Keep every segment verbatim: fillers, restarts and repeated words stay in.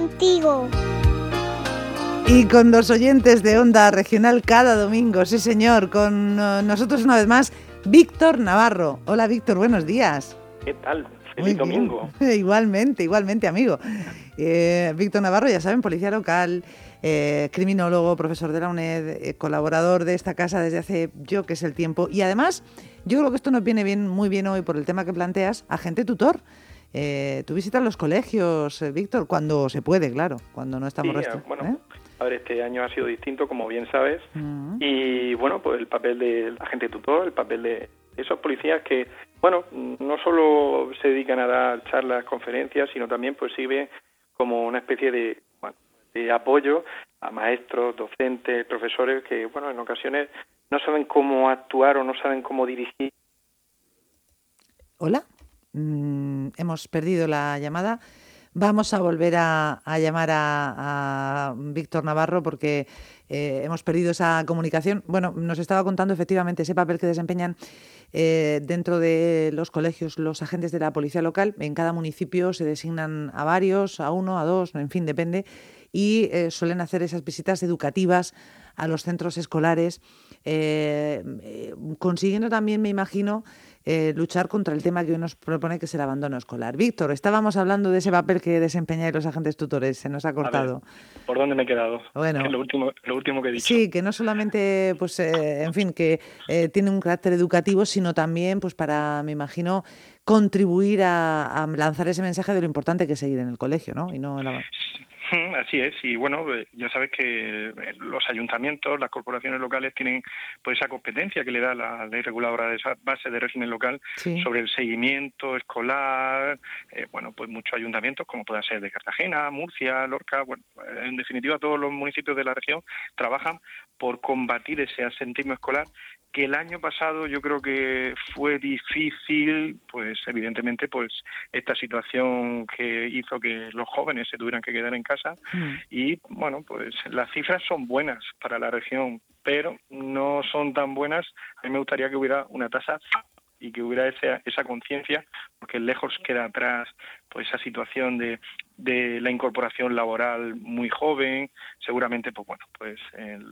contigo. Y con los oyentes de Onda Regional cada domingo, sí señor, con uh, nosotros una vez más, Víctor Navarro. Hola Víctor, buenos días. ¿Qué tal? Muy Feliz domingo. Igualmente, igualmente amigo. Eh, Víctor Navarro, ya saben, policía local, eh, criminólogo, profesor de la UNED, eh, colaborador de esta casa desde hace yo que sé el tiempo. Y además, yo creo que esto nos viene bien, muy bien hoy por el tema que planteas, agente tutor. Eh, tú visitas los colegios, eh, Víctor, cuando se puede, claro, cuando no estamos... Sí, resto, bueno, ¿eh? a ver, este año ha sido distinto, como bien sabes, Uh-huh. y bueno, pues el papel del agente tutor, el papel de esos policías que, bueno, no solo se dedican a dar charlas, conferencias, sino también pues sirve como una especie de, bueno, de apoyo a maestros, docentes, profesores que, bueno, en ocasiones no saben cómo actuar o no saben cómo dirigir. Hola, mm, hemos perdido la llamada. Vamos a volver a, a llamar a, a Víctor Navarro porque eh, hemos perdido esa comunicación. Bueno, nos estaba contando efectivamente ese papel que desempeñan eh, dentro de los colegios los agentes de la policía local. En cada municipio se designan a varios, a uno, a dos, en fin, depende, y eh, suelen hacer esas visitas educativas a los centros escolares, eh, eh, consiguiendo también, me imagino, Eh, luchar contra el tema que hoy nos propone, que es el abandono escolar. Víctor, estábamos hablando de ese papel que desempeñáis los agentes tutores, se nos ha cortado. A ver, ¿por dónde me he quedado? Bueno, Es lo último, lo último que he dicho. Sí, que no solamente, pues, eh, en fin, que eh, tiene un carácter educativo, sino también, pues, para, me imagino, contribuir a, a lanzar ese mensaje de lo importante que es seguir en el colegio, ¿no? Y no en la... Así es, y bueno, ya sabes que los ayuntamientos, las corporaciones locales tienen pues esa competencia que le da la ley reguladora de esa base de régimen local Sí. sobre el seguimiento escolar, eh, bueno, pues muchos ayuntamientos, como pueda ser de Cartagena, Murcia, Lorca, bueno, en definitiva todos los municipios de la región trabajan por combatir ese absentismo escolar, que el año pasado yo creo que fue difícil, pues evidentemente pues esta situación que hizo que los jóvenes se tuvieran que quedar en casa Mm. y bueno, pues las cifras son buenas para la región, pero no son tan buenas. A mí me gustaría que hubiera una tasa y que hubiera esa, esa conciencia, porque lejos queda atrás pues esa situación de, de la incorporación laboral muy joven, seguramente pues bueno, pues el,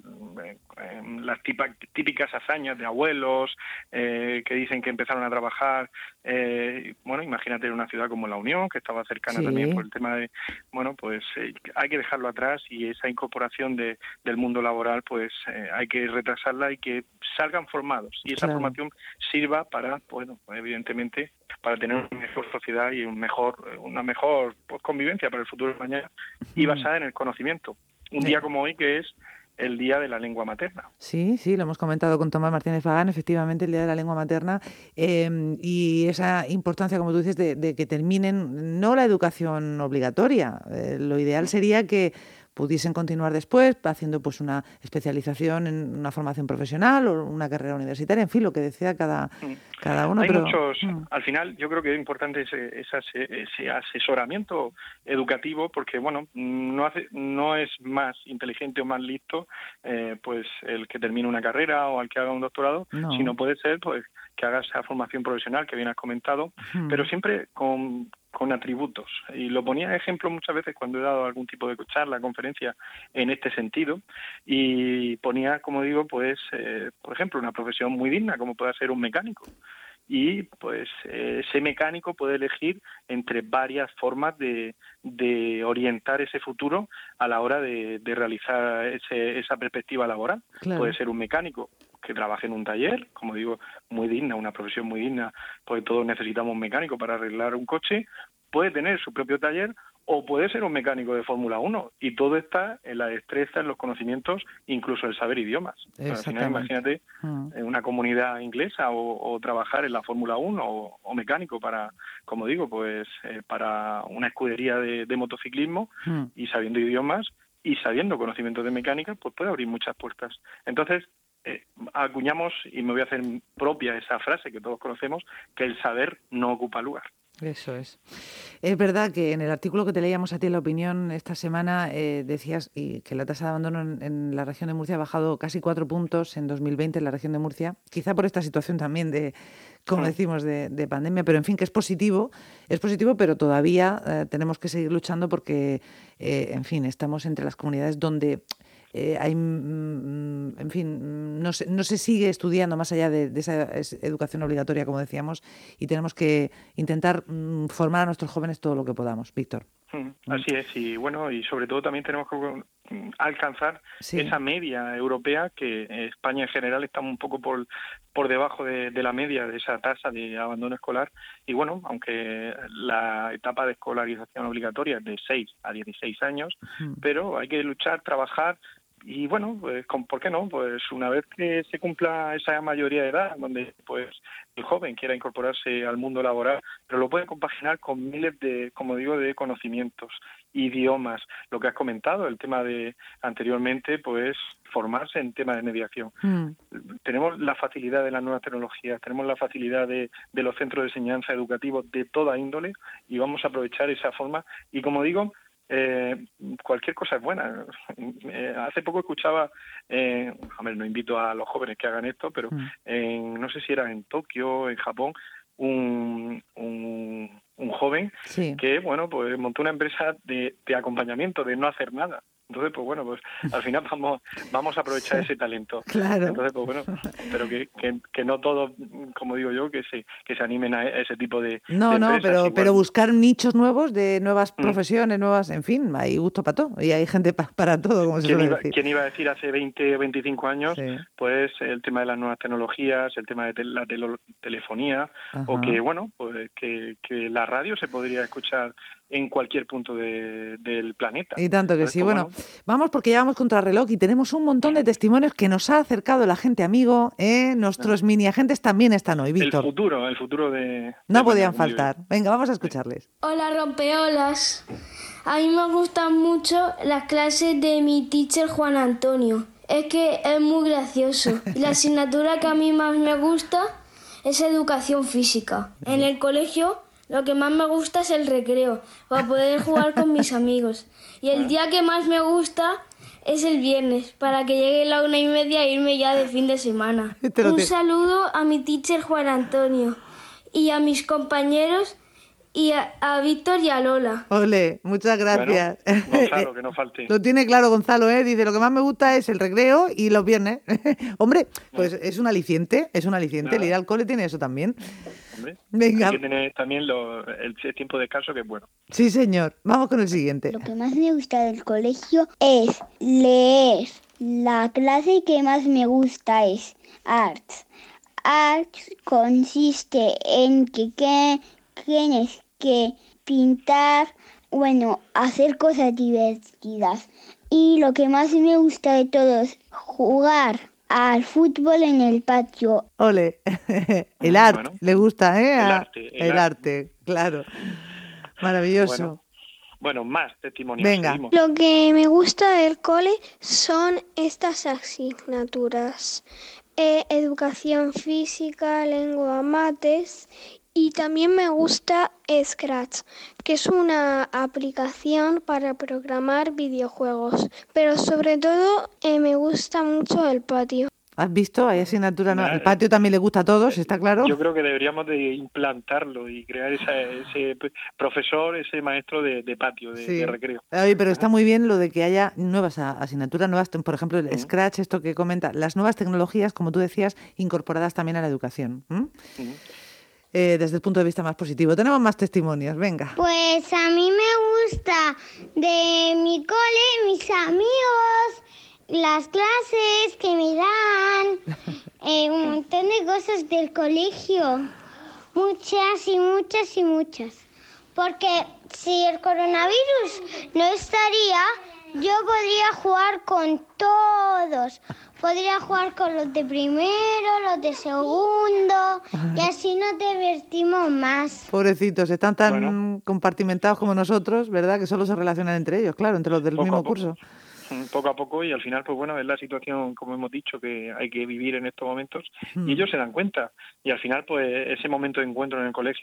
el, las tipa, típicas hazañas de abuelos eh, que dicen que empezaron a trabajar, eh, bueno, imagínate en una ciudad como La Unión, que estaba cercana Sí. también por el tema de, bueno, pues eh, hay que dejarlo atrás y esa incorporación de, del mundo laboral pues eh, hay que retrasarla y que salgan formados y esa Claro. formación sirva para, bueno, evidentemente, para tener una mejor sociedad y un mejor, una mejor pues, convivencia para el futuro de mañana y basada en el conocimiento. Un día como hoy que es el Día de la Lengua Materna. Sí, sí, lo hemos comentado con Tomás Martínez Fagán, efectivamente, el Día de la Lengua Materna, eh, y esa importancia, como tú dices, de, de que terminen no la educación obligatoria. Eh, lo ideal sería que pudiesen continuar después haciendo pues una especialización en una formación profesional o una carrera universitaria, en fin, lo que decía cada, cada uno. Hay pero... muchos, mm. al final yo creo que es importante ese, ese, ese asesoramiento educativo porque, bueno, no hace, no es más inteligente o más listo eh, pues el que termine una carrera o al que haga un doctorado, No. sino puede ser pues que haga esa formación profesional que bien has comentado, Mm. pero siempre con con atributos. Y lo ponía de ejemplo muchas veces cuando he dado algún tipo de charla, conferencia en este sentido, y ponía, como digo, pues, eh, por ejemplo, una profesión muy digna, como pueda ser un mecánico. Y pues eh, ese mecánico puede elegir entre varias formas de, de orientar ese futuro a la hora de, de realizar ese, esa perspectiva laboral. Claro. Puede ser un mecánico que trabaje en un taller, como digo, muy digna, una profesión muy digna, porque todos necesitamos un mecánico para arreglar un coche, puede tener su propio taller o puede ser un mecánico de Fórmula uno y todo está en la destreza, en los conocimientos, incluso el saber idiomas. Al final, imagínate Mm. en una comunidad inglesa o, o trabajar en la Fórmula uno o, o mecánico para, como digo, pues eh, para una escudería de, de motociclismo Mm. y sabiendo idiomas y sabiendo conocimientos de mecánica, pues puede abrir muchas puertas. Entonces, eh, acuñamos, y me voy a hacer propia esa frase que todos conocemos, que el saber no ocupa lugar. Eso es. Es verdad que en el artículo que te leíamos a ti en La Opinión esta semana eh, decías y que la tasa de abandono en, en la región de Murcia ha bajado casi cuatro puntos en dos mil veinte en la región de Murcia, quizá por esta situación también de como decimos, de, de pandemia, pero en fin, que es positivo, es positivo, pero todavía eh, tenemos que seguir luchando porque, eh, en fin, estamos entre las comunidades donde eh, hay, mm, en fin, no se, no se sigue estudiando más allá de, de esa educación obligatoria, como decíamos, y tenemos que intentar mm, formar a nuestros jóvenes todo lo que podamos. Víctor. Así es, y bueno, y sobre todo también tenemos que alcanzar sí. esa media europea, que España en general está un poco por por debajo de, de la media de esa tasa de abandono escolar, y bueno, aunque la etapa de escolarización obligatoria es de seis a dieciséis años, uh-huh. pero hay que luchar, trabajar. Y bueno, pues ¿por qué no? Pues una vez que se cumpla esa mayoría de edad, donde pues el joven quiera incorporarse al mundo laboral, pero lo puede compaginar con miles de, como digo, de conocimientos, idiomas, lo que has comentado, el tema de anteriormente, pues formarse en tema de mediación. Mm. Tenemos la facilidad de las nuevas tecnologías, tenemos la facilidad de, de los centros de enseñanza educativos de toda índole, y vamos a aprovechar esa forma. Y como digo, Eh, cualquier cosa es buena. Eh, hace poco escuchaba, eh, a ver, no invito a los jóvenes que hagan esto, pero mm. en, no sé si era en Tokio, en Japón, un, un, un joven sí. que, bueno, pues montó una empresa de, de acompañamiento, de no hacer nada. Entonces, pues bueno, pues al final vamos vamos a aprovechar sí, ese talento. Claro. Entonces, pues bueno, pero que, que, que no todos, como digo yo, que se que se animen a ese tipo de No, de no, pero igual. pero buscar nichos nuevos de nuevas Mm. profesiones, nuevas, en fin, hay gusto para todo y hay gente pa, para todo, como se ¿Quién suele iba, decir. ¿Quién iba a decir hace veinte o veinticinco años, sí. pues el tema de las nuevas tecnologías, el tema de te, la tele, telefonía, Ajá. o que, bueno, pues que, que la radio se podría escuchar en cualquier punto de, del planeta. Y tanto que Entonces, sí. pues, bueno, bueno, vamos porque ya vamos contra reloj y tenemos un montón de testimonios que nos ha acercado la gente amigo, ¿eh? Nuestros ah. mini agentes también están hoy, Víctor. El futuro, el futuro de... No de podían mañana, faltar. Venga, vamos a escucharles. Hola, rompeolas. A mí me gustan mucho las clases de mi teacher Juan Antonio. Es que es muy gracioso. Y la asignatura que a mí más me gusta es educación física. En el colegio lo que más me gusta es el recreo, para poder jugar con mis amigos. Y el día que más me gusta es el viernes, para que llegue la una y media e irme ya de fin de semana. Un saludo a mi teacher Juan Antonio y a mis compañeros y a, a Víctor y a Lola. Ole, muchas gracias. Bueno, Gonzalo, que no falte. Lo tiene claro Gonzalo, ¿eh? Dice, lo que más me gusta es el recreo y los viernes. Hombre, pues es un aliciente, es un aliciente. El ir al cole tiene eso también. Hombre, venga. Hay que tener también lo, el tiempo de descanso, que es bueno. Sí, señor. Vamos con el siguiente. Lo que más me gusta del colegio es leer. La clase que más me gusta es Arts. Arts consiste en que, que tienes que pintar, bueno, hacer cosas divertidas. Y lo que más me gusta de todo es jugar al fútbol en el patio. Ole, el arte, bueno, le gusta, ¿eh? El arte. El, el arte. arte, claro. Maravilloso. Bueno, bueno, más testimonios. Venga. Seguimos. Lo que me gusta del cole son estas asignaturas. Eh, educación física, lengua, mates. Y también me gusta Scratch, que es una aplicación para programar videojuegos. Pero sobre todo eh, me gusta mucho el patio. ¿Has visto? Hay asignatura, ¿no? El patio también le gusta a todos, ¿está claro? Yo creo que deberíamos de implantarlo y crear esa, ese profesor, ese maestro de, de patio, de, sí. de recreo. Oye, pero está muy bien lo de que haya nuevas asignaturas, nuevas, por ejemplo, el uh-huh. Scratch, esto que comenta, las nuevas tecnologías, como tú decías, incorporadas también a la educación. ¿Mm? Uh-huh. Eh, desde el punto de vista más positivo. Tenemos más testimonios, venga. Pues a mí me gusta de mi cole, mis amigos, las clases que me dan, eh, un montón de cosas del colegio, muchas y muchas y muchas. Porque si el coronavirus no estaría, yo podría jugar con todos. Podría jugar con los de primero, los de segundo, y así nos divertimos más. Pobrecitos, están tan bueno. compartimentados como nosotros, ¿verdad? Que solo se relacionan entre ellos, claro, entre los del poco mismo curso. Poco a poco, y al final, pues bueno, es la situación, como hemos dicho, que hay que vivir en estos momentos, hmm. y ellos se dan cuenta. Y al final, pues ese momento de encuentro en el colegio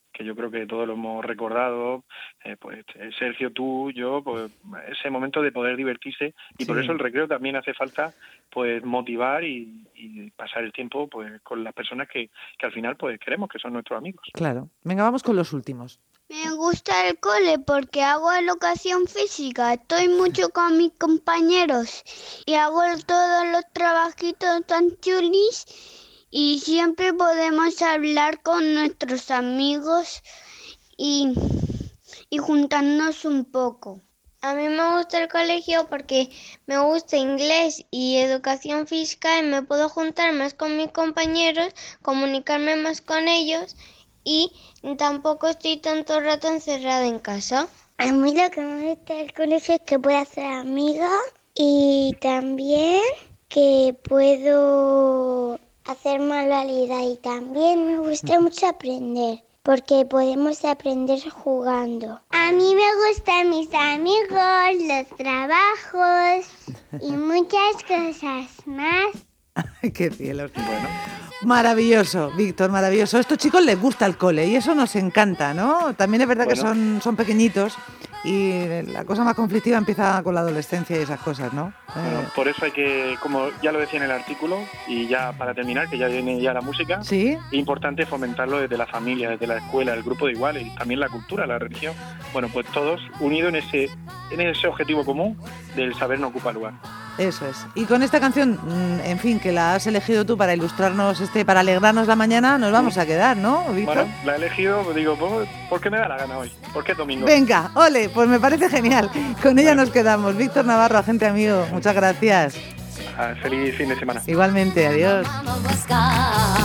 que yo creo que todos lo hemos recordado, eh, pues Sergio, tú, yo, pues ese momento de poder divertirse y sí. Por eso el recreo también hace falta pues motivar y, y pasar el tiempo pues con las personas que, que al final pues queremos, que son nuestros amigos. Claro. Venga, vamos con los últimos. Me gusta el cole porque hago educación física, estoy mucho con mis compañeros y hago todos los trabajitos tan chulis y siempre podemos hablar con nuestros amigos y, y juntarnos un poco. A mí me gusta el colegio porque me gusta inglés y educación física y me puedo juntar más con mis compañeros, comunicarme más con ellos y tampoco estoy tanto rato encerrada en casa. A mí lo que me gusta del colegio es que puedo hacer amigos y también que puedo hacer manualidad y también me gusta mucho aprender porque podemos aprender jugando. A mí me gustan mis amigos, los trabajos y muchas cosas más. ¡Qué cielos! Bueno, maravilloso, Víctor, maravilloso. A estos chicos les gusta el cole y eso nos encanta, ¿no? También es verdad bueno. que son, son pequeñitos y la cosa más conflictiva empieza con la adolescencia y esas cosas, ¿no? Bueno, eh... por eso hay que, como ya lo decía en el artículo, y ya para terminar, que ya viene ya la música, ¿sí? Es importante fomentarlo desde la familia, desde la escuela, el grupo de iguales, y también la cultura, la religión. Bueno, pues todos unidos en ese, en ese objetivo común del saber no ocupa lugar. Eso es. Y con esta canción, en fin, que la has elegido tú para ilustrarnos, este, para alegrarnos la mañana, nos vamos a quedar, ¿no, Víctor? Bueno, la he elegido, digo, porque me da la gana hoy, porque es domingo. Venga, ole, pues me parece genial. Con ella nos quedamos. Víctor Navarro, agente amigo, muchas gracias. Ah, feliz fin de semana. Igualmente, adiós.